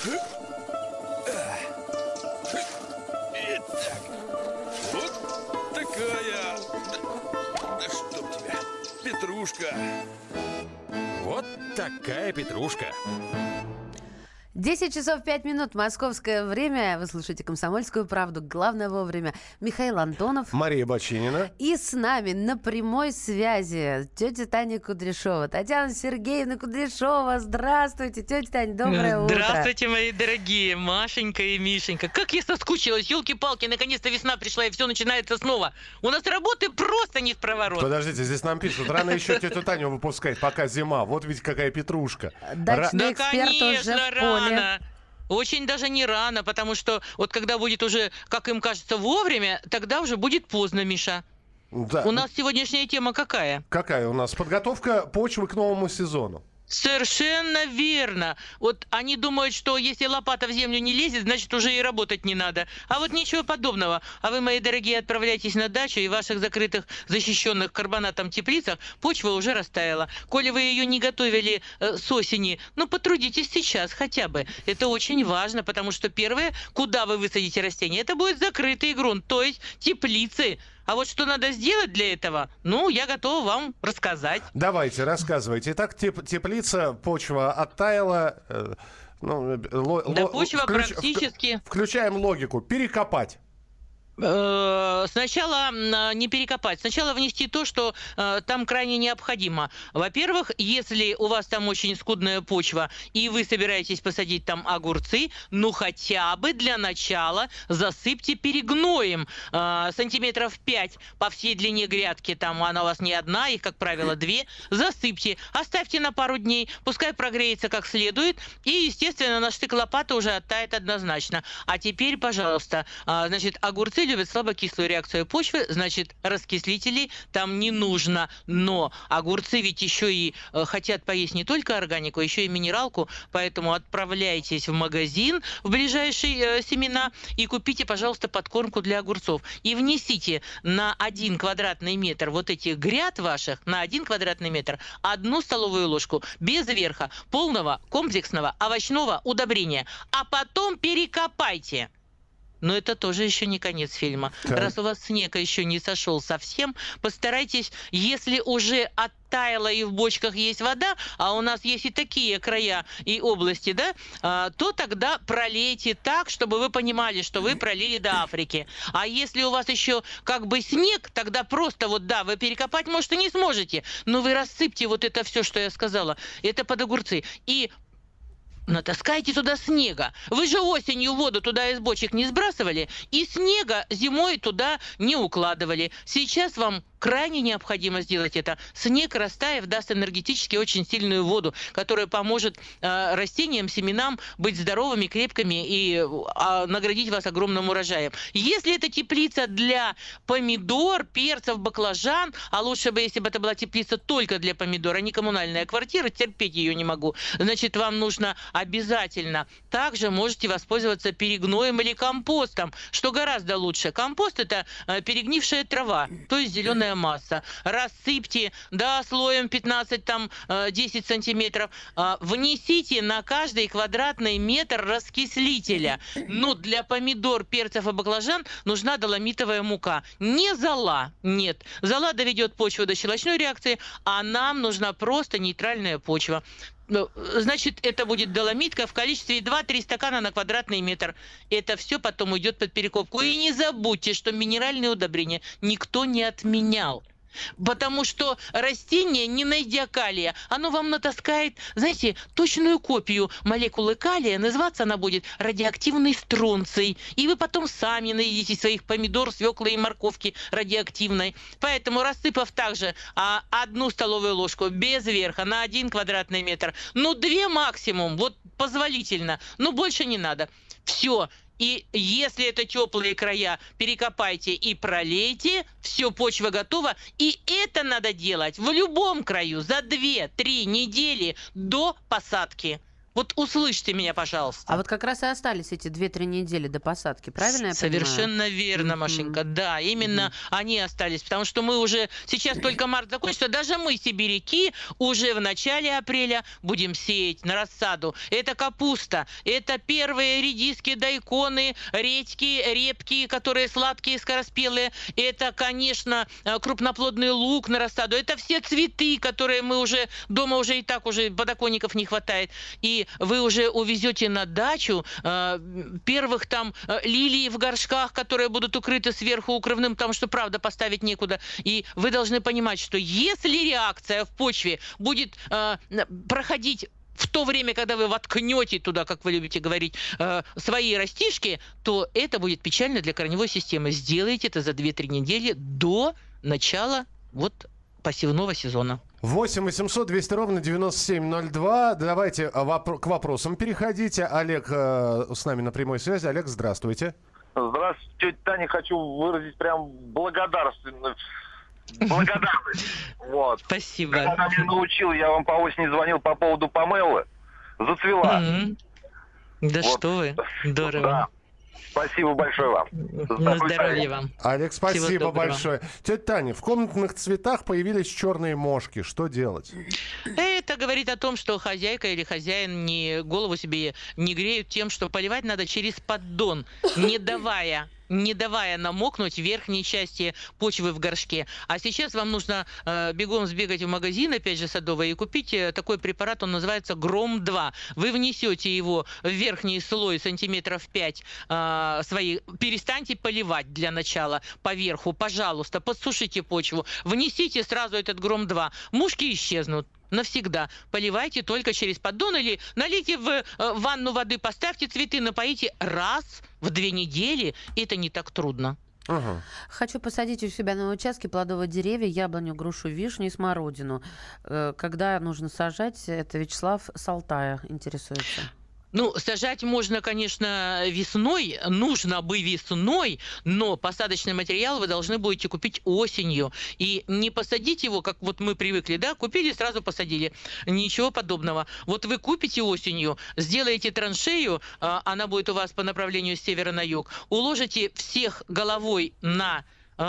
Итак, вот такая... Да чтоб тебя, петрушка. Вот такая петрушка. 10 часов 5 минут, московское время. Вы слушаете «Комсомольскую правду». Главное вовремя. Михаил Антонов. Мария Бочинина. И с нами на прямой связи тетя Таня Кудряшова. Татьяна Сергеевна Кудряшова. Здравствуйте, тетя Таня, доброе утро. Здравствуйте, мои дорогие Машенька и Мишенька. Как я соскучилась, елки-палки, наконец-то весна пришла и все начинается снова. У нас работы просто не в проворот. Подождите, здесь нам пишут, рано еще тетю Таню выпускать, пока зима. Вот ведь какая петрушка. Дачный Да, эксперт конечно, уже в поле. рано. Очень даже не рано, потому что вот когда будет уже, как им кажется, вовремя, тогда уже будет поздно, Миша. Да. У нас сегодняшняя тема какая? Какая у нас? Подготовка почвы к новому сезону. Совершенно верно. Вот они думают, что если лопата в землю не лезет, значит уже и работать не надо. А вот ничего подобного. А вы, мои дорогие, отправляйтесь на дачу, и в ваших закрытых, защищенных карбонатом теплицах почва уже растаяла. Коли вы ее не готовили с осени, ну потрудитесь сейчас хотя бы. Это очень важно, потому что первое, куда вы высадите растение, это будет закрытый грунт, то есть теплицы. А вот что надо сделать для этого, ну, я готова вам рассказать. Давайте, рассказывайте. Итак, теплица, почва оттаяла. Почва практически... Включаем логику. Перекопать. Сначала не перекопать, сначала внести то, что там крайне необходимо. Во-первых, если у вас там очень скудная почва, и вы собираетесь посадить там огурцы, ну хотя бы для начала засыпьте перегноем сантиметров 5 по всей длине грядки. Там она у вас не одна, их, как правило, 2. Засыпьте, оставьте на пару дней, пускай прогреется как следует, и, естественно, наш штык лопаты уже оттает однозначно. А теперь, пожалуйста, значит, огурцы любят слабокислую реакцию почвы, значит, раскислителей там не нужно. Но огурцы ведь еще и хотят поесть не только органику, еще и минералку, поэтому отправляйтесь в магазин в ближайшие семена и купите, пожалуйста, подкормку для огурцов. И внесите на 1 квадратный метр вот этих гряд ваших, на 1 квадратный метр, 1 столовую ложку без верха полного комплексного овощного удобрения. А потом перекопайте. Но это тоже еще не конец фильма. Так. Раз у вас снег еще не сошел совсем, постарайтесь, если уже оттаяло и в бочках есть вода, а у нас есть и такие края и области, да, то тогда пролейте так, чтобы вы понимали, что вы пролили до Африки. А если у вас еще как бы снег, тогда просто вот, да, вы перекопать, может, и не сможете, но вы рассыпьте вот это все, что я сказала, это под огурцы. И натаскайте туда снега. Вы же осенью воду туда из бочек не сбрасывали, и снега зимой туда не укладывали. Сейчас вам крайне необходимо сделать это. Снег, растаяв, даст энергетически очень сильную воду, которая поможет растениям, семенам быть здоровыми, крепкими и наградить вас огромным урожаем. Если это теплица для помидор, перцев, баклажан, а лучше бы, если бы это была теплица только для помидор, а не коммунальная квартира, терпеть ее не могу, значит, вам нужно обязательно также можете воспользоваться перегноем или компостом, что гораздо лучше. Компост – это перегнившая трава, то есть зеленая масса. Рассыпьте, да, слоем 15, там, 10 сантиметров. Внесите на каждый квадратный метр раскислителя. Ну, для помидор, перцев и баклажан нужна доломитовая мука. Не зола, нет. Зола доведет почву до щелочной реакции, а нам нужна просто нейтральная почва. Значит, это будет доломитка в количестве 2-3 стакана на квадратный метр. Это все потом уйдет под перекопку. И не забудьте, что минеральные удобрения никто не отменял. Потому что растение, не найдя калия, оно вам натаскает, знаете, точную копию молекулы калия. Называться она будет радиоактивный стронций. И вы потом сами наедите своих помидор, свеклы и морковки радиоактивной. Поэтому, рассыпав также 1 столовую ложку без верха на 1 квадратный метр, ну 2 максимум, вот позволительно, но больше не надо. Все. И если это теплые края, перекопайте и пролейте, все, почва готова. И это надо делать в любом краю за 2-3 недели до посадки. Вот услышьте меня, пожалуйста. А вот как раз и остались эти 2-3 недели до посадки, правильно я понимаю? Совершенно верно, Машенька. Да, именно они остались, потому что мы уже сейчас только март закончится, даже мы, сибиряки, уже в начале апреля будем сеять на рассаду. Это капуста, это первые редиски, дайконы, редьки, репки, которые сладкие, скороспелые. Это, конечно, крупноплодный лук на рассаду. Это все цветы, которые мы уже дома уже и так уже подоконников не хватает. И вы уже увезете на дачу первых там лилий в горшках, которые будут укрыты сверху укрывным, потому что, правда, поставить некуда. И вы должны понимать, что если реакция в почве будет проходить в то время, когда вы воткнете туда, как вы любите говорить, свои растишки, то это будет печально для корневой системы. Сделайте это за 2-3 недели до начала посевного сезона. 8 800 200 ровно 9702. Давайте к вопросам переходите. Олег с нами на прямой связи. Олег, здравствуйте. Здравствуйте, тетя Таня. Хочу выразить прям благодарность. Вот. Спасибо. Когда меня научил, я вам по осени звонил по поводу помелы. Зацвела. Да что вы. Здорово. Да. Спасибо большое вам. На здоровье вам. Олег, спасибо большое. Тетя Таня, в комнатных цветах появились черные мошки. Что делать? Это говорит о том, что хозяйка или хозяин голову себе не греют тем, что поливать надо через поддон, не давая намокнуть верхней части почвы в горшке. А сейчас вам нужно бегом сбегать в магазин, опять же, садовый, и купить такой препарат, он называется Гром-2. Вы внесете его в верхний слой сантиметров 5 свои. Перестаньте поливать для начала поверху, пожалуйста, подсушите почву. Внесите сразу этот Гром-2. Мушки исчезнут. Навсегда. Поливайте только через поддон или налейте в ванну воды, поставьте цветы, напоите раз в 2 недели. Это не так трудно. Хочу посадить у себя на участке плодовые деревья, яблоню, грушу, вишню и смородину. Когда нужно сажать? Это Вячеслав с Алтая интересуется. Сажать можно, конечно, весной, нужно бы весной, но посадочный материал вы должны будете купить осенью. И не посадить его, как мы привыкли, да, купили, сразу посадили. Ничего подобного. Вот вы купите осенью, сделаете траншею, она будет у вас по направлению с севера на юг, уложите всех головой на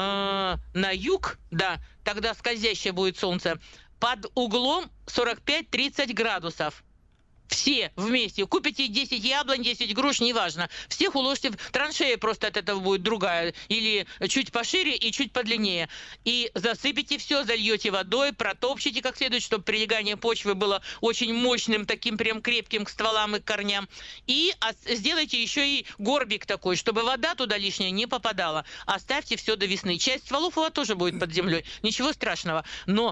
юг, да, тогда скользящее будет солнце, под углом 45-30 градусов. Все вместе. Купите 10 яблонь, 10 груш, неважно. Всех уложите в траншею, просто от этого будет другая. Или чуть пошире и чуть подлиннее. И засыпите все, зальете водой, протопчите как следует, чтобы прилегание почвы было очень мощным, таким прям крепким к стволам и к корням. И сделайте еще и горбик такой, чтобы вода туда лишняя не попадала. Оставьте все до весны. Часть стволов у вас тоже будет под землей. Ничего страшного. Но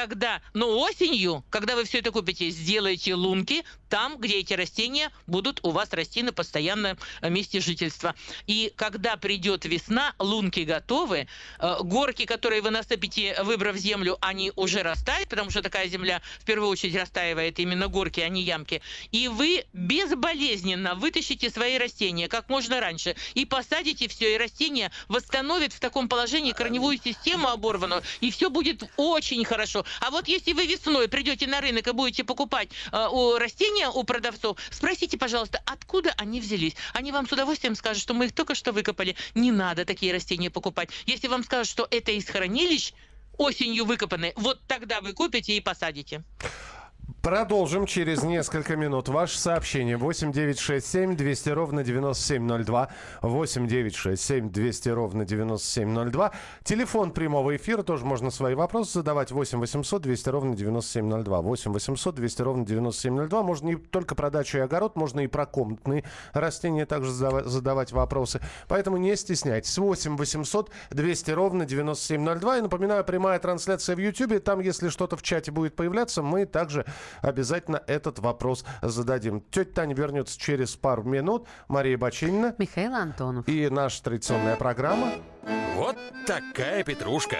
осенью, когда вы все это купите, сделайте лунки там, где эти растения будут у вас расти на постоянном месте жительства. И когда придет весна, лунки готовы, горки, которые вы насыпите, выбрав землю, они уже растают, потому что такая земля в первую очередь растаивает именно горки, а не ямки. И вы безболезненно вытащите свои растения как можно раньше и посадите все, и растения восстановят в таком положении корневую систему оборванную, и все будет очень хорошо. А вот если вы весной придете на рынок и будете покупать растения у продавцов, спросите, пожалуйста, откуда они взялись. Они вам с удовольствием скажут, что мы их только что выкопали. Не надо такие растения покупать. Если вам скажут, что это из хранилищ, осенью выкопанные, вот тогда вы купите и посадите. Продолжим через несколько минут. Ваше сообщение 8 967 200 ровно 9702. 8 967 200 ровно 9702. Телефон прямого эфира. Тоже можно свои вопросы задавать. 8 800 200 ровно 9702. 8 800 200 ровно 9702. Можно не только про дачу и огород, можно и про комнатные растения также задавать вопросы. Поэтому не стесняйтесь. 8 800 200 ровно 9702. И напоминаю, прямая трансляция в YouTube. Там, если что-то в чате будет появляться, мы также обязательно этот вопрос зададим. Тетя Таня вернется через пару минут. Мария Бачинина. Михаил Антонов. И наша традиционная программа. Вот такая петрушка.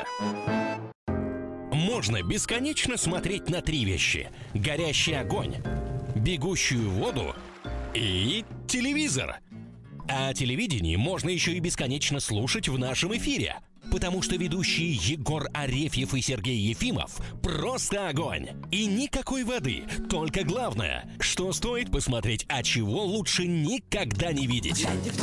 Можно бесконечно смотреть на 3 вещи. Горящий огонь, бегущую воду и телевизор. А телевидение можно еще и бесконечно слушать в нашем эфире. Потому что ведущие Егор Арефьев и Сергей Ефимов просто огонь. И никакой воды, только главное, что стоит посмотреть, а чего лучше никогда не видеть.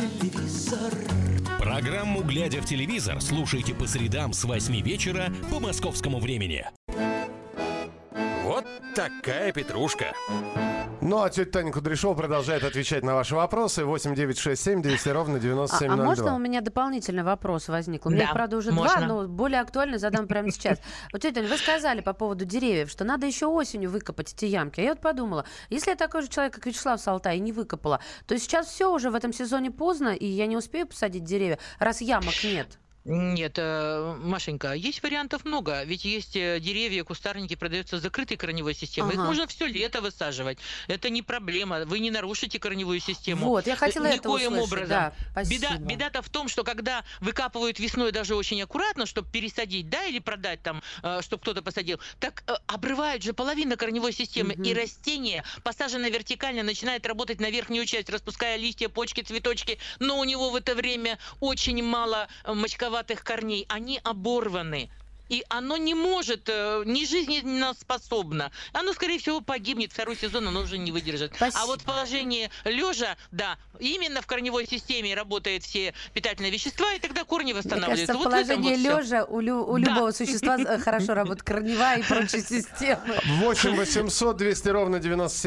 Программу «Глядя в телевизор» слушайте по средам с 8 вечера по московскому времени. Вот такая петрушка. Ну, а тетя Таня Кудряшова продолжает отвечать на ваши вопросы. 8 9 6 7 200 ровно 9702. А можно у меня дополнительный вопрос возник? У меня, Да, правда, уже можно. два, но более актуальный задам прямо сейчас. Вот, тетя Таня, вы сказали по поводу деревьев, что надо еще осенью выкопать эти ямки. А я вот подумала, если я такой же человек, как Вячеслав Салтай, и не выкопала, то сейчас все уже в этом сезоне поздно, и я не успею посадить деревья, раз ямок нет. Нет, Машенька, есть вариантов много. Ведь есть деревья, кустарники продаются с закрытой корневой системой. Их Ага. можно все лето высаживать. Это не проблема. Вы не нарушите корневую систему. Вот, я хотела это Никоим услышать. образом. Да, спасибо. Беда-то в том, что когда выкапывают весной даже очень аккуратно, чтобы пересадить, да, или продать там, чтобы кто-то посадил, так обрывают же половину корневой системы, и растение, посаженное вертикально, начинает работать на верхнюю часть, распуская листья, почки, цветочки, но у него в это время очень мало мочковатых корней, они оборваны. И оно не может, не жизненно способно. Оно, скорее всего, погибнет. Второй сезон оно уже не выдержит. Спасибо. А вот в положении лежа, да, именно в корневой системе работают все питательные вещества, и тогда корни Мне восстанавливаются. кажется, в Вот в этом положении вот всё. лежа у любого существа хорошо работает корневая и прочие системы. 8 800 200 ровно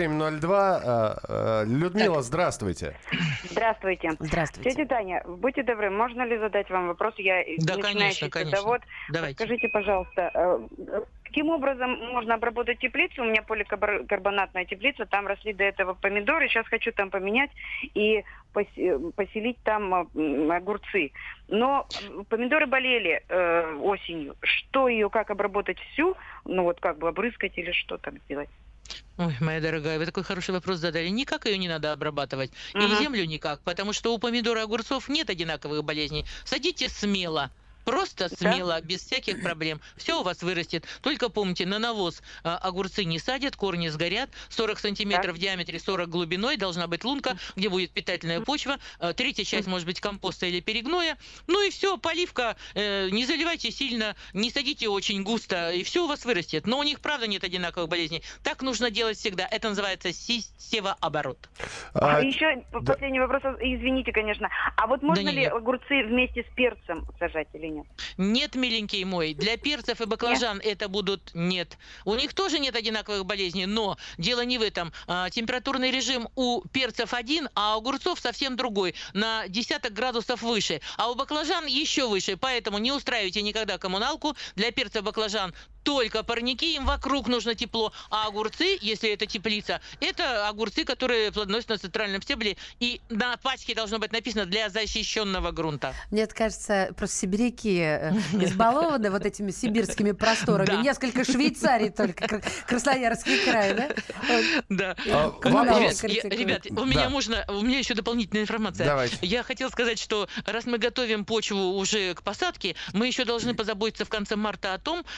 9702. Людмила, здравствуйте. Здравствуйте. Здравствуйте. Тетя Таня, будьте добры, можно ли задать вам вопрос? Я Да, начинающий конечно. садовод. Давайте. Скажите, пожалуйста, каким образом можно обработать теплицу? У меня поликарбонатная теплица, там росли до этого помидоры, сейчас хочу там поменять и поселить там огурцы. Но помидоры болели осенью. Что ее, как обработать всю? Ну вот как бы обрызгать или что там сделать? Ой, моя дорогая, вы такой хороший вопрос задали. Никак ее не надо обрабатывать. И землю никак, потому что у помидора и огурцов нет одинаковых болезней. Садите смело. Просто смело, без всяких проблем. Все у вас вырастет. Только помните, на навоз огурцы не садят, корни сгорят. 40 сантиметров в диаметре, 40 глубиной. Должна быть лунка, где будет питательная почва. Третья часть может быть компоста или перегноя. Ну и все, поливка. Не заливайте сильно, не садите очень густо, и все у вас вырастет. Но у них, правда, нет одинаковых болезней. Так нужно делать всегда. Это называется севооборот. Еще последний вопрос, извините, конечно. А вот можно ли огурцы вместе с перцем сажать или нет? Нет, миленький мой, для перцев и баклажан это будут нет. У них тоже нет одинаковых болезней, но дело не в этом. Температурный режим у перцев один, а у огурцов совсем другой, на десяток градусов выше. А у баклажан еще выше, поэтому не устраивайте никогда коммуналку. Для перцев баклажан только парники, им вокруг нужно тепло. А огурцы, если это теплица, это огурцы, которые плодоносят на центральном стебле. И на пачке должно быть написано «для защищенного грунта». Мне кажется, просто сибиряки избалованы вот этими сибирскими просторами. Да. Несколько Швейцарий только, Красноярский край, да? Да. Вопрос. Ребят, у меня еще дополнительная информация. Давайте. Я хотела сказать, что раз мы готовим почву уже к посадке, мы еще должны позаботиться в конце марта о том,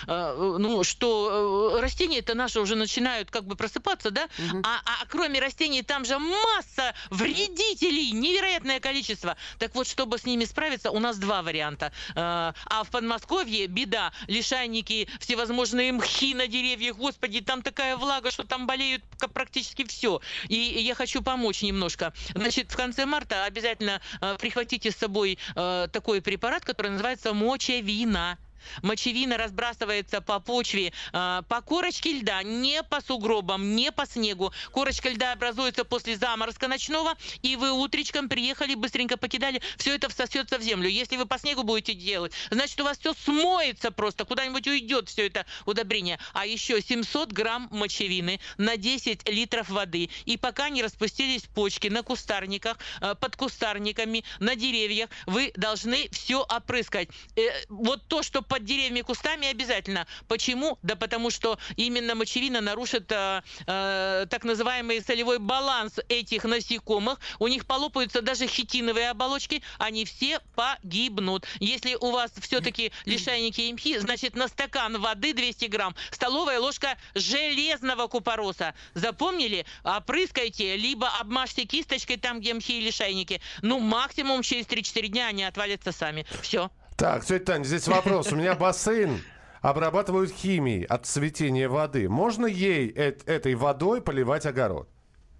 что растения-то наши уже начинают как бы просыпаться, да? А кроме растений там же масса вредителей, невероятное количество. Так вот, чтобы с ними справиться, у нас два варианта. А в Подмосковье беда. Лишайники, всевозможные мхи на деревьях. Господи, там такая влага, что там болеют практически все. И я хочу помочь немножко. Значит, в конце марта обязательно прихватите с собой такой препарат, который называется мочевина. Мочевина разбрасывается по почве, по корочке льда, не по сугробам, не по снегу. Корочка льда образуется после заморозка ночного, и вы утречком приехали, быстренько покидали, все это всосется в землю. Если вы по снегу будете делать, значит, у вас все смоется просто, куда-нибудь уйдет все это удобрение. А еще 700 грамм мочевины на 10 литров воды. И пока не распустились почки на кустарниках, под кустарниками, на деревьях, вы должны все опрыскать. Вот то, что под деревьями, кустами обязательно. Почему? Да потому что именно мочевина нарушит так называемый солевой баланс этих насекомых. У них полопаются даже хитиновые оболочки, они все погибнут. Если у вас все-таки лишайники и мхи, значит на стакан воды 200 грамм столовая ложка железного купороса. Запомнили? Опрыскайте, либо обмажьте кисточкой там, где мхи и лишайники. Ну, максимум через 3-4 дня они отвалятся сами. Все. Так, тетя Таня, здесь вопрос. У меня бассейн обрабатывают химией от цветения воды. Можно ей этой водой поливать огород?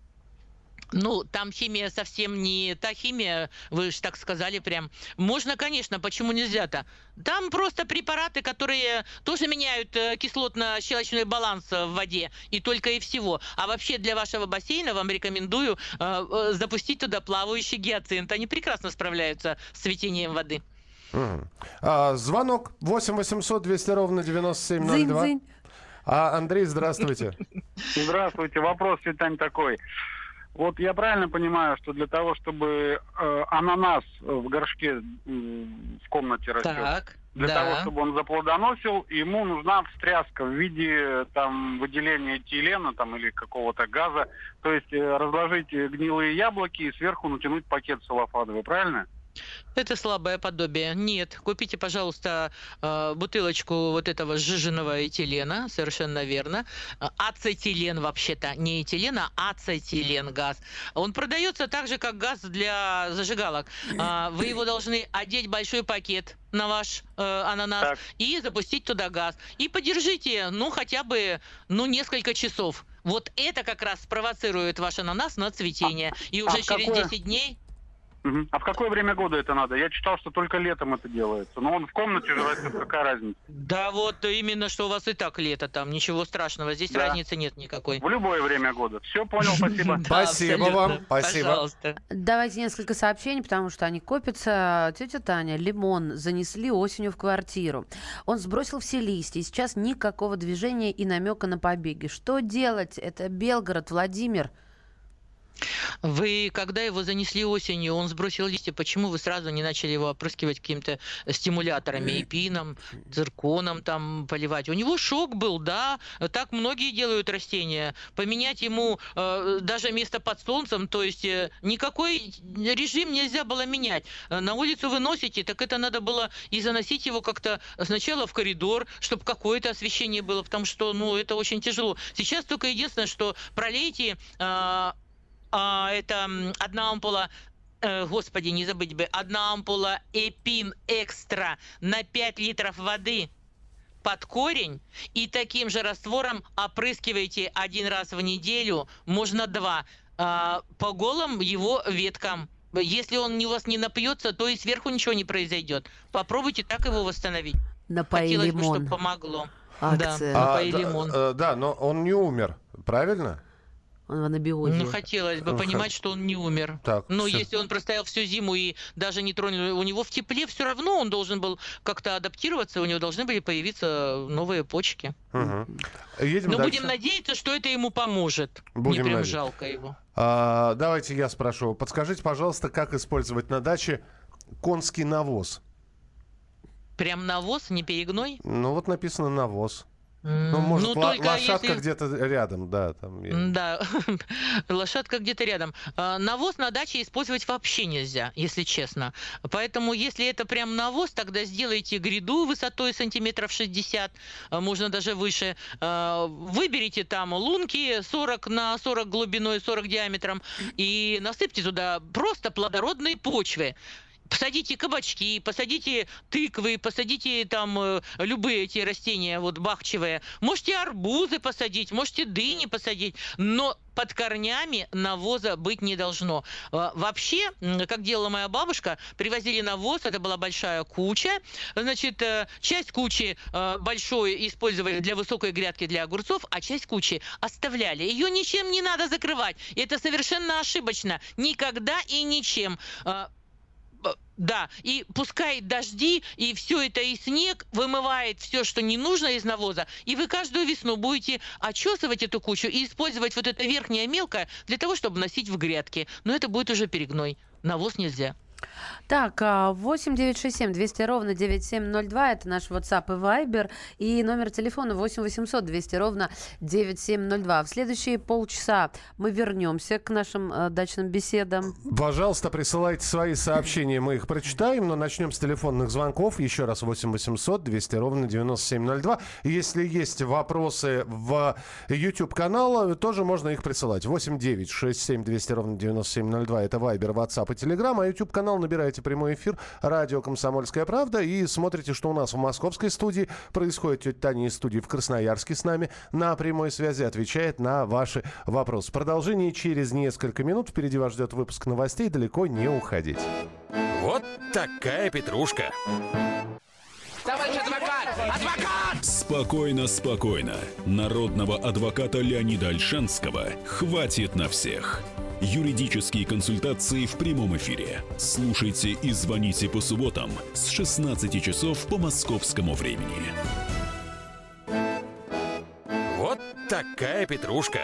Ну, там химия совсем не та химия, вы же так сказали прям. Можно, конечно, почему нельзя-то? Там просто препараты, которые тоже меняют кислотно-щелочной баланс в воде, и только и всего. А вообще для вашего бассейна вам рекомендую запустить туда плавающий гиацинт. Они прекрасно справляются с цветением воды. Звонок 8 800 200 ровно 9702. Дзынь-дзынь. Андрей, здравствуйте. Здравствуйте. Вопрос, Виталий, такой. Вот я правильно понимаю, что для того, чтобы ананас в горшке в комнате растет, Так, для того, чтобы он заплодоносил, ему нужна встряска в виде там выделения этилена там, или какого-то газа. То есть разложить гнилые яблоки и сверху натянуть пакет целлофановый, правильно? Это слабое подобие. Нет, купите, пожалуйста, бутылочку вот этого сжиженного этилена, совершенно верно. Ацетилен вообще-то, не этилен, а ацетилен газ. Он продается так же, как газ для зажигалок. Вы его должны одеть в большой пакет на ваш ананас и запустить туда газ. И подержите, хотя бы, несколько часов. Вот это как раз спровоцирует ваш ананас на цветение. И уже через 10 дней... А в какое время года это надо? Я читал, что только летом это делается. Но он в комнате же растет, какая разница? Да вот именно, что у вас и так лето там, ничего страшного, здесь разницы нет никакой. В любое время года. Все, понял, спасибо. Спасибо вам, спасибо. Пожалуйста. Давайте несколько сообщений, потому что они копятся. Тетя Таня, лимон занесли осенью в квартиру. Он сбросил все листья, и сейчас никакого движения и намека на побеги. Что делать? Это Белгород, Владимир. Вы, когда его занесли осенью, он сбросил листья, почему вы сразу не начали его опрыскивать какими-то стимуляторами, эпином, цирконом там поливать? У него шок был, да, так многие делают растения. Поменять ему даже место под солнцем, то есть никакой режим нельзя было менять. На улицу вы носите, так это надо было и заносить его как-то сначала в коридор, чтобы какое-то освещение было, потому что, это очень тяжело. Сейчас только единственное, что пролейте... это одна ампула, господи, не забыть бы, одна ампула Эпин Экстра на 5 литров воды под корень, и таким же раствором опрыскивайте 1 раз в неделю, можно 2, по голым его веткам. Если он у вас не напьется, то и сверху ничего не произойдет. Попробуйте так его восстановить. Напои Хотелось бы, лимон. чтобы помогло. Акция. Да, напои лимон. Да, но он не умер, правильно? Он в анабиозе. Хотелось бы понимать, что он не умер. Так, если он простоял всю зиму и даже не тронул, у него в тепле все равно он должен был как-то адаптироваться, у него должны были появиться новые почки. Едем Но дальше. будем надеяться, что это ему поможет. Будем Мне прям надеяться. жалко его. Давайте я спрошу. Подскажите, пожалуйста, как использовать на даче конский навоз? Прям навоз, не перегной? Вот написано навоз. Может, лошадка если... где-то рядом, да. Там, Да, лошадка где-то рядом. Навоз на даче использовать вообще нельзя, если честно. Поэтому, если это прям навоз, тогда сделайте гряду высотой сантиметров 60, можно даже выше. Выберите там лунки 40 на 40 глубиной, 40 диаметром и насыпьте туда просто плодородные почвы. Посадите кабачки, посадите тыквы, посадите там любые эти растения, бахчевые. Можете арбузы посадить, можете дыни посадить, но под корнями навоза быть не должно. Вообще, как делала моя бабушка, привозили навоз, это была большая куча. Значит, часть кучи большой использовали для высокой грядки для огурцов, а часть кучи оставляли. Ее ничем не надо закрывать. Это совершенно ошибочно. Никогда и ничем. Да, и пускай дожди, и все это, и снег вымывает все, что не нужно из навоза, и вы каждую весну будете очесывать эту кучу и использовать вот это верхнее мелкое для того, чтобы носить в грядки. Но это будет уже перегной. Навоз нельзя. Так, 8 967 200 ровно 9702, это наш WhatsApp и Viber, и номер телефона 8 800 200 ровно 9702. В следующие полчаса мы вернемся к нашим дачным беседам. Пожалуйста, присылайте свои сообщения, мы их прочитаем, но начнем с телефонных звонков. Еще раз 8 800 200 ровно 9702. Если есть вопросы в YouTube-канал, тоже можно их присылать. 8 9 6 7 200 ровно 9702, это Viber, WhatsApp и Telegram, а YouTube-канал YouTube-канал, набираете прямой эфир «Радио Комсомольская правда» и смотрите, что у нас в московской студии происходит. Тетя Таня из студии в Красноярске с нами на прямой связи отвечает на ваши вопросы. Продолжение через несколько минут. Впереди вас ждет выпуск новостей. Далеко не уходить. Вот такая петрушка. Товарищ адвокат! Адвокат! Спокойно, спокойно. Народного адвоката Леонида Ольшанского хватит на всех. Юридические консультации в прямом эфире. Слушайте и звоните по субботам с 16 часов по московскому времени. Вот такая петрушка.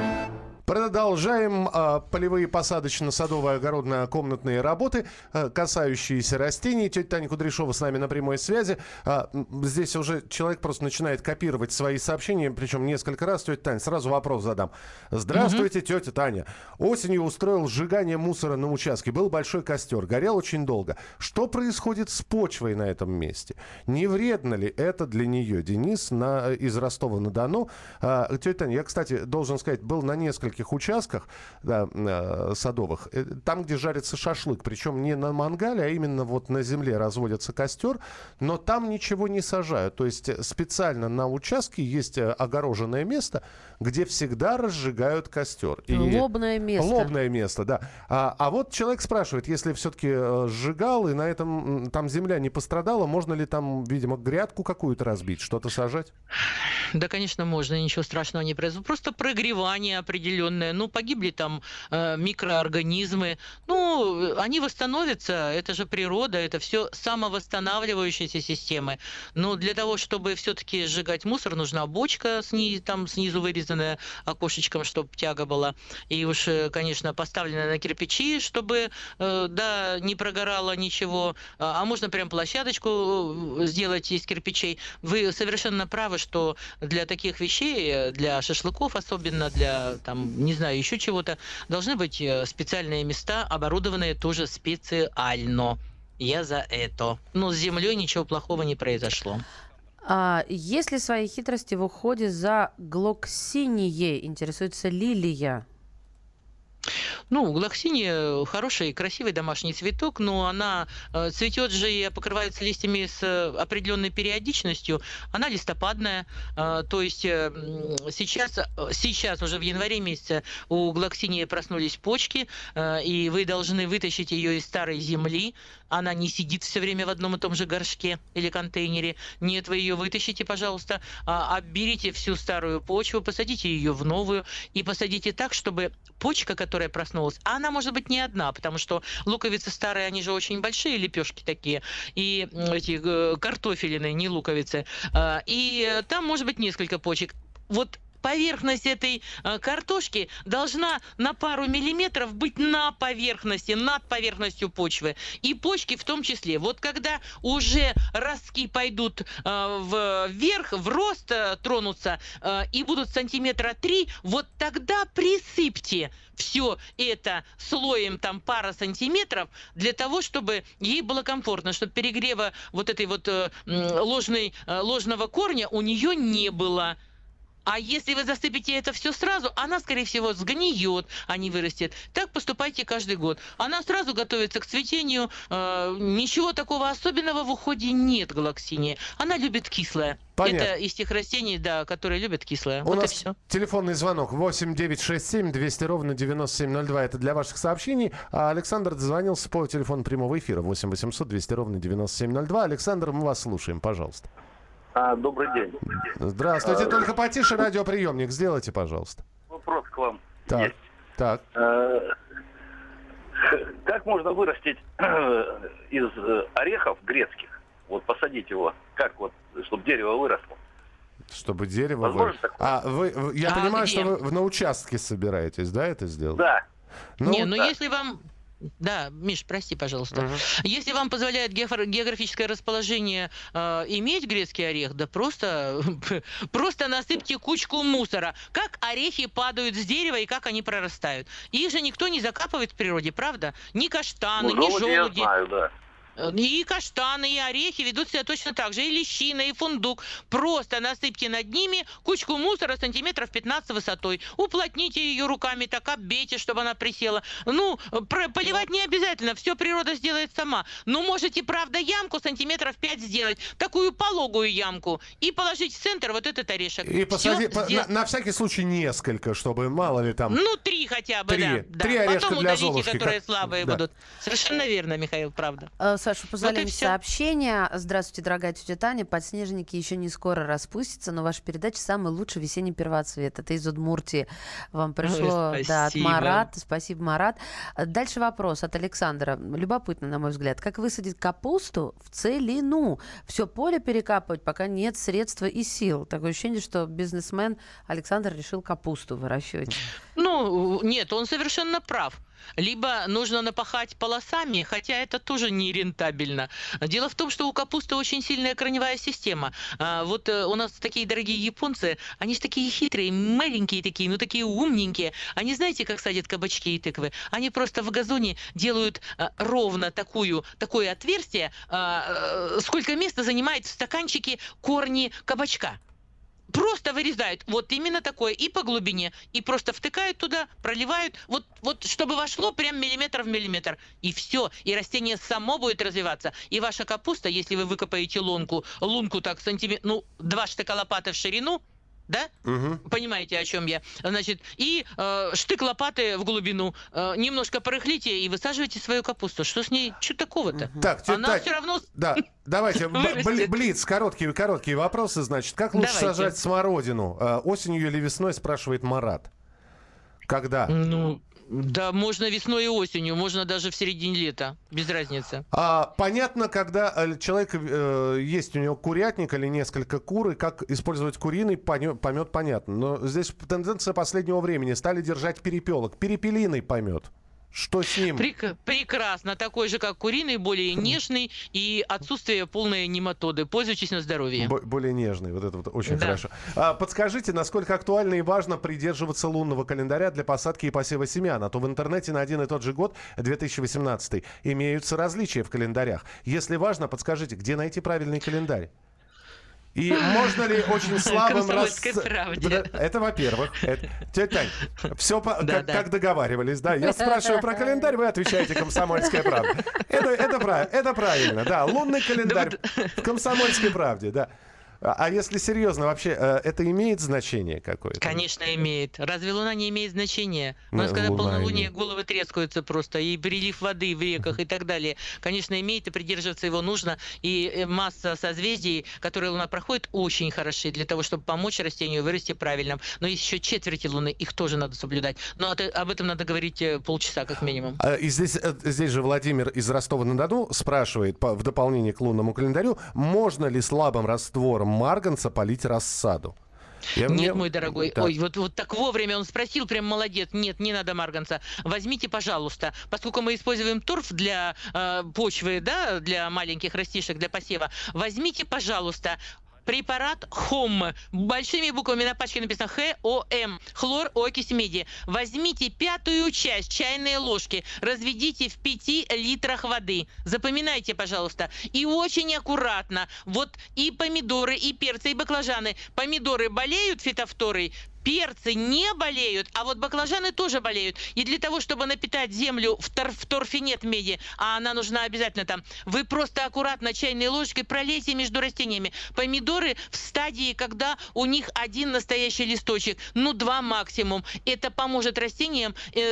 Продолжаем полевые посадочно-садовые огородно-комнатные работы, касающиеся растений. Тетя Таня Кудряшова с нами на прямой связи. Здесь уже человек просто начинает копировать свои сообщения, причем несколько раз. Тетя Таня, сразу вопрос задам. Здравствуйте, тетя Таня. Осенью устроил сжигание мусора на участке. Был большой костер, горел очень долго. Что происходит с почвой на этом месте? Не вредно ли это для нее? Денис из Ростова-на-Дону. Тетя Таня, я, кстати, должен сказать, был на нескольких участках садовых, там, где жарится шашлык, причем не на мангале, а именно вот на земле разводится костер, но там ничего не сажают. То есть специально на участке есть огороженное место, где всегда разжигают костер. Лобное место. Лобное место, да. А вот человек спрашивает, если все-таки сжигал, и на этом там земля не пострадала, можно ли там, видимо, грядку какую-то разбить, что-то сажать? Да, конечно, можно, ничего страшного не произошло. Просто прогревание определенное. Ну, погибли там микроорганизмы. Ну, они восстановятся, это же природа, это все самовосстанавливающиеся системы. Но для того, чтобы все-таки сжигать мусор, нужна бочка, там снизу вырезанная окошечком, чтобы тяга была. И уж, конечно, поставленная на кирпичи, чтобы, да, не прогорало ничего. А можно прям площадочку сделать из кирпичей. Вы совершенно правы, что для таких вещей, для шашлыков особенно, для, там, не знаю, еще чего-то, должны быть специальные места, оборудованные тоже специально. Я за это. Но с землей ничего плохого не произошло. Есть ли свои хитрости в уходе за глоксинией? Интересуется Лилия. Ну, глоксиния хороший, красивый домашний цветок, но она цветет же и покрывается листьями с определенной периодичностью. Она листопадная, то есть сейчас уже в январе месяце у глоксинии проснулись почки, и вы должны вытащить ее из старой земли. Она не сидит все время в одном и том же горшке или контейнере. Нет, вы ее вытащите, пожалуйста, обберите всю старую почву, посадите ее в новую и посадите так, чтобы почка, которая проснулась, а она может быть не одна, потому что луковицы старые, они же очень большие, лепешки такие, и эти картофелины, не луковицы, и там может быть несколько почек. Вот поверхность этой картошки должна на пару миллиметров быть на поверхности, над поверхностью почвы. И почки в том числе. Вот когда уже ростки пойдут вверх, в рост тронутся и будут сантиметра 3, вот тогда присыпьте все это слоем там пара сантиметров для того, чтобы ей было комфортно, чтобы перегрева вот этой вот ложного корня у нее не было. А если вы засыпете это все сразу, она, скорее всего, сгниет, а не вырастет. Так поступайте каждый год. Она сразу готовится к цветению. Ничего такого особенного в уходе нет, глоксиния. Она любит кислое. Понятно. Это из тех растений, да, которые любят кислое. У вот нас и все. Телефонный звонок 8-967-200-97-02. Это для ваших сообщений. А Александр дозвонился по телефону прямого эфира 8-800-200-97-02. Александр, мы вас слушаем, пожалуйста. Добрый день. Здравствуйте. Только потише радиоприемник сделайте, пожалуйста. Вопрос к вам так, есть. Так. Как можно вырастить из орехов грецких, вот посадить его, как вот, чтобы дерево выросло? Чтобы дерево выросло. Я понимаю, где? что вы на участке собираетесь, да, это сделать? Да. Ну, Не, ну если вам... Да, Миш, прости, пожалуйста. Если вам позволяет географическое расположение иметь грецкий орех, да просто насыпьте кучку мусора. Как орехи падают с дерева и как они прорастают. Их же никто не закапывает в природе, правда? Ни каштаны, ни желуди. Я знаю, да. И каштаны, и орехи ведут себя точно так же. И лещина, и фундук. Просто насыпьте над ними кучку мусора сантиметров 15 высотой. Уплотните ее руками, так оббейте, чтобы она присела. Ну, поливать не обязательно, все природа сделает сама. Но можете, правда, ямку сантиметров 5 сделать. Такую пологую ямку. И положить в центр вот этот орешек. И посади, на всякий случай несколько, чтобы мало ли там... Ну, 3 хотя бы, да. Три орешка потом для удалите, Золушки. которые слабые Да. будут. Совершенно верно, Михаил, правда. Саша, позволяем Вот и всё. сообщение. Здравствуйте, дорогая тетя Таня. Подснежники еще не скоро распустятся, но ваша передача самый лучший весенний первоцвет. Это из Удмуртии вам пришло. Ой, Да, от спасибо. Марата. Спасибо, Марат. Дальше вопрос от Александра. Любопытно, на мой взгляд. Как высадить капусту в целину? Все поле перекапывать, пока нет средства и сил. Такое ощущение, что бизнесмен Александр решил капусту выращивать. Ну, нет, он совершенно прав. Либо нужно напахать полосами, хотя это тоже не рентабельно. Дело в том, что у капусты очень сильная корневая система. Вот у нас такие дорогие японцы, они же такие хитрые, маленькие такие, но такие умненькие. Они знаете, как садят кабачки и тыквы? Они просто в газоне делают ровно такое отверстие, сколько места занимает в стаканчике корни кабачка. Просто вырезают вот именно такое и по глубине, и просто втыкают туда, проливают, вот чтобы вошло прям миллиметр в миллиметр. И все, и растение само будет развиваться. И ваша капуста, если вы выкопаете лунку так сантиметр, 2 штыка лопаты в ширину, да? Угу. Понимаете, о чем я? Значит, и штык лопаты в глубину. Немножко порыхлите и высаживайте свою капусту. Что с ней? Что такого-то? Так, она все равно... Да, давайте, вырастет. блиц, короткие вопросы, значит. Как лучше Давайте. сажать смородину? Осенью или весной, спрашивает Марат. Когда? Да, можно весной и осенью, можно даже в середине лета, без разницы. Понятно, когда человек есть у него курятник или несколько кур, и как использовать куриный помет, понятно. Но здесь тенденция последнего времени. Стали держать перепелок. Перепелиный помет. Что с ним? Прекрасно. Такой же, как куриный, более нежный и отсутствие полной нематоды. Пользуйтесь на здоровье. Более нежный. Вот это вот очень хорошо. Подскажите, насколько актуально и важно придерживаться лунного календаря для посадки и посева семян? А то в интернете на один и тот же год, 2018, имеются различия в календарях. Если важно, подскажите, где найти правильный календарь? И можно ли очень слабым... Это во-первых. Тетя Тань, все как договаривались. Да, я спрашиваю про календарь, вы отвечаете «Комсомольская правда». Это правильно, да. Лунный календарь в «Комсомольской правде», да. А если серьезно, вообще, это имеет значение какое-то? Конечно, имеет. Разве Луна не имеет значения? У нас, когда полнолуние, головы трескаются просто, и прилив воды в реках и так далее. Конечно, имеет, и придерживаться его нужно. И масса созвездий, которые Луна проходит, очень хороши для того, чтобы помочь растению вырасти правильно. Но есть еще четверти Луны, их тоже надо соблюдать. Но об этом надо говорить полчаса, как минимум. И здесь же Владимир из Ростова-на-Дону спрашивает, в дополнение к лунному календарю, можно ли слабым раствором марганца полить рассаду? Нет, мой дорогой. Так. Ой, вот так вовремя он спросил, прям молодец. Нет, не надо марганца. Возьмите, пожалуйста, поскольку мы используем торф для почвы, да, для маленьких растишек, для посева, возьмите, пожалуйста, препарат ХОМ. Большими буквами на пачке написано ХОМ. Хлор, окись меди. Возьмите 1/5 часть чайной ложки, разведите в 5 литрах воды. Запоминайте, пожалуйста. И очень аккуратно. Вот и помидоры, и перцы, и баклажаны. Помидоры болеют фитофторой, перцы не болеют, а вот баклажаны тоже болеют. И для того, чтобы напитать землю, в торфе нет меди, а она нужна обязательно там, вы просто аккуратно чайной ложкой пролейте между растениями. Помидоры в стадии, когда у них 1 настоящий листочек, 2 максимум. Это поможет растениям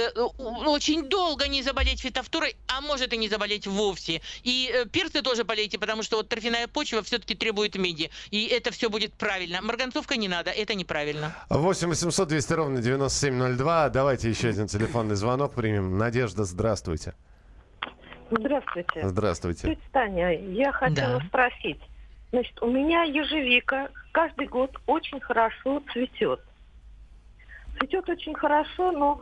очень долго не заболеть фитофторой, а может и не заболеть вовсе. И перцы тоже полейте, потому что вот торфяная почва все-таки требует меди. И это все будет правильно. Марганцовка не надо, это неправильно. 8 800 200 ровно 9702. Давайте еще один телефонный звонок примем. Надежда, здравствуйте. Здравствуйте. Здравствуйте. Тетя Таня, я хотела спросить. Значит, у меня ежевика каждый год очень хорошо цветет. Цветет очень хорошо, но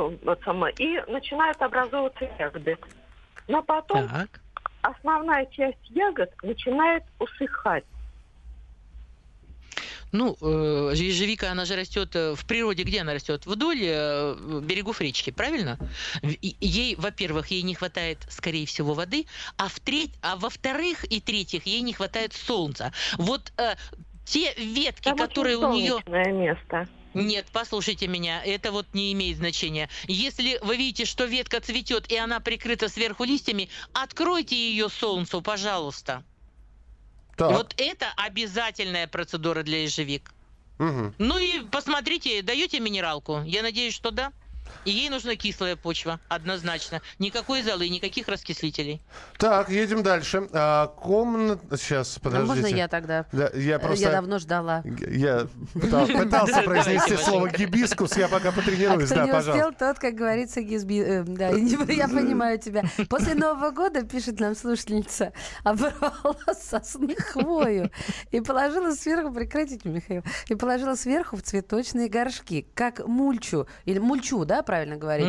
и начинают образовываться ягоды. Но потом основная часть ягод начинает усыхать. Ну, ежевика, она же растет в природе, где она растет? Вдоль берегов речки, правильно? Ей, во-первых, ей не хватает, скорее всего, воды, а во-вторых и третьих, ей не хватает солнца. Вот те ветки, там которые у нее... место. Нет, послушайте меня, это вот не имеет значения. Если вы видите, что ветка цветет и она прикрыта сверху листьями, откройте ее солнцу, пожалуйста. Так. Вот это обязательная процедура для ежевик. Угу. Ну и посмотрите, даете минералку? Я надеюсь, что да. И ей нужна кислая почва, однозначно. Никакой золы, никаких раскислителей. Так, едем дальше. Сейчас, подождите. Можно я тогда? Да, я давно ждала. Я пытался произнести слово гибискус, я пока потренируюсь. Кто Да, не пожалуйста. успел, тот, как говорится, да, я понимаю тебя. После Нового года, пишет нам слушательница, оборвала сосны хвою и положила сверху, прекратите, Михаил, и положила сверху в цветочные горшки, как мульчу, или мульчу, да, правильно говорить?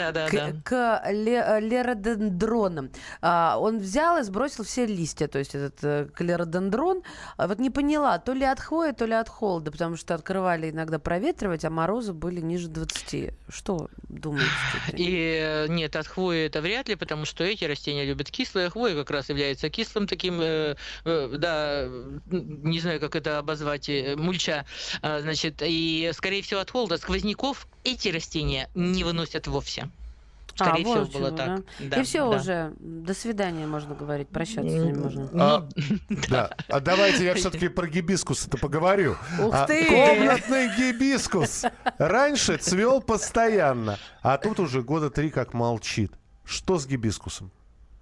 К леродендронам. Он взял и сбросил все листья, то есть этот клеродендрон. Вот не поняла, то ли от хвои, то ли от холода, потому что открывали иногда проветривать, а морозы были ниже 20. Что думаете? И нет, от хвои это вряд ли, потому что эти растения любят кислое. Хвоя как раз является кислым таким, да, не знаю, как это обозвать, мульча. Значит, и, скорее всего, от холода. Сквозняков эти растения не выносят вовсе. Скорее всего, вот было чего, так. Да? Да, и все да. уже. До свидания, можно говорить. Прощаться с ним можно. Да. А давайте я все-таки про гибискус-то поговорю. Ух ты! Комнатный гибискус раньше цвел постоянно, а тут уже года 3 как молчит. Что с гибискусом?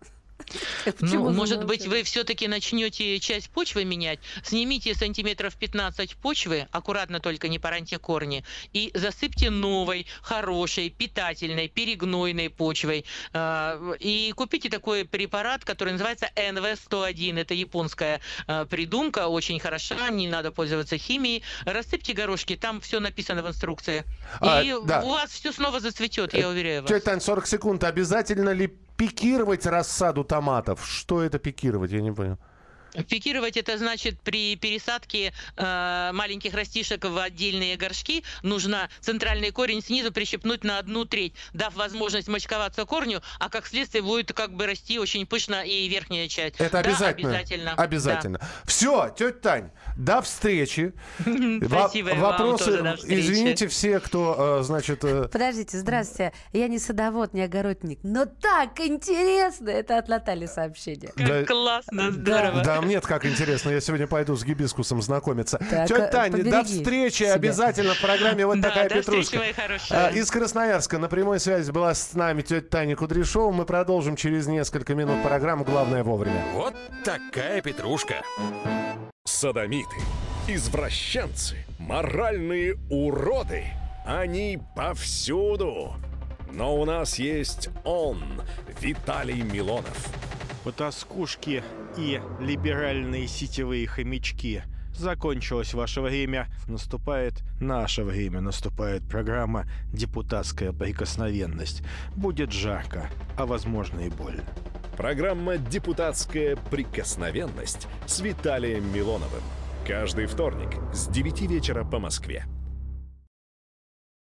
Ну, может быть, вы все-таки начнете часть почвы менять. Снимите сантиметров 15 почвы, аккуратно только не пораньте корни, и засыпьте новой, хорошей, питательной, перегнойной почвой. И купите такой препарат, который называется НВ-101. Это японская придумка, очень хороша, не надо пользоваться химией. Рассыпьте горошки, там все написано в инструкции. И да. у вас все снова зацветет, я уверяю вас. Тетя Тань, 40 секунд. Обязательно ли пикировать рассаду томатов? Что это пикировать? Я не понял. Пикировать — это значит при пересадке маленьких растишек в отдельные горшки нужно центральный корень снизу прищепнуть на 1/3, дав возможность мочковаться корню, а как следствие будет как бы расти очень пышно и верхняя часть. Это да, обязательно. Обязательно. Да. Все, тетя Тань, до встречи. Спасибо, вопросы. Извините все, кто, значит... Подождите, здравствуйте. Я не садовод, не огородник, но так интересно. Это от Натальи сообщение. Как классно, здорово. Да, мне как интересно. Я сегодня пойду с гибискусом знакомиться. Так, тетя Таня, до встречи себя. Обязательно в программе «Вот такая до петрушка». встречи, мои хорошие. Из Красноярска на прямой связи была с нами тетя Таня Кудряшова. Мы продолжим через несколько минут программу «Главное вовремя». Вот такая петрушка. Содомиты, извращенцы, моральные уроды. Они повсюду. Но у нас есть он, Виталий Милонов. Потаскушки и либеральные сетевые хомячки. Закончилось ваше время. Наступает наше время. Наступает программа «Депутатская прикосновенность». Будет жарко, а возможно и больно. Программа «Депутатская прикосновенность» с Виталием Милоновым. Каждый вторник с 9 вечера по Москве.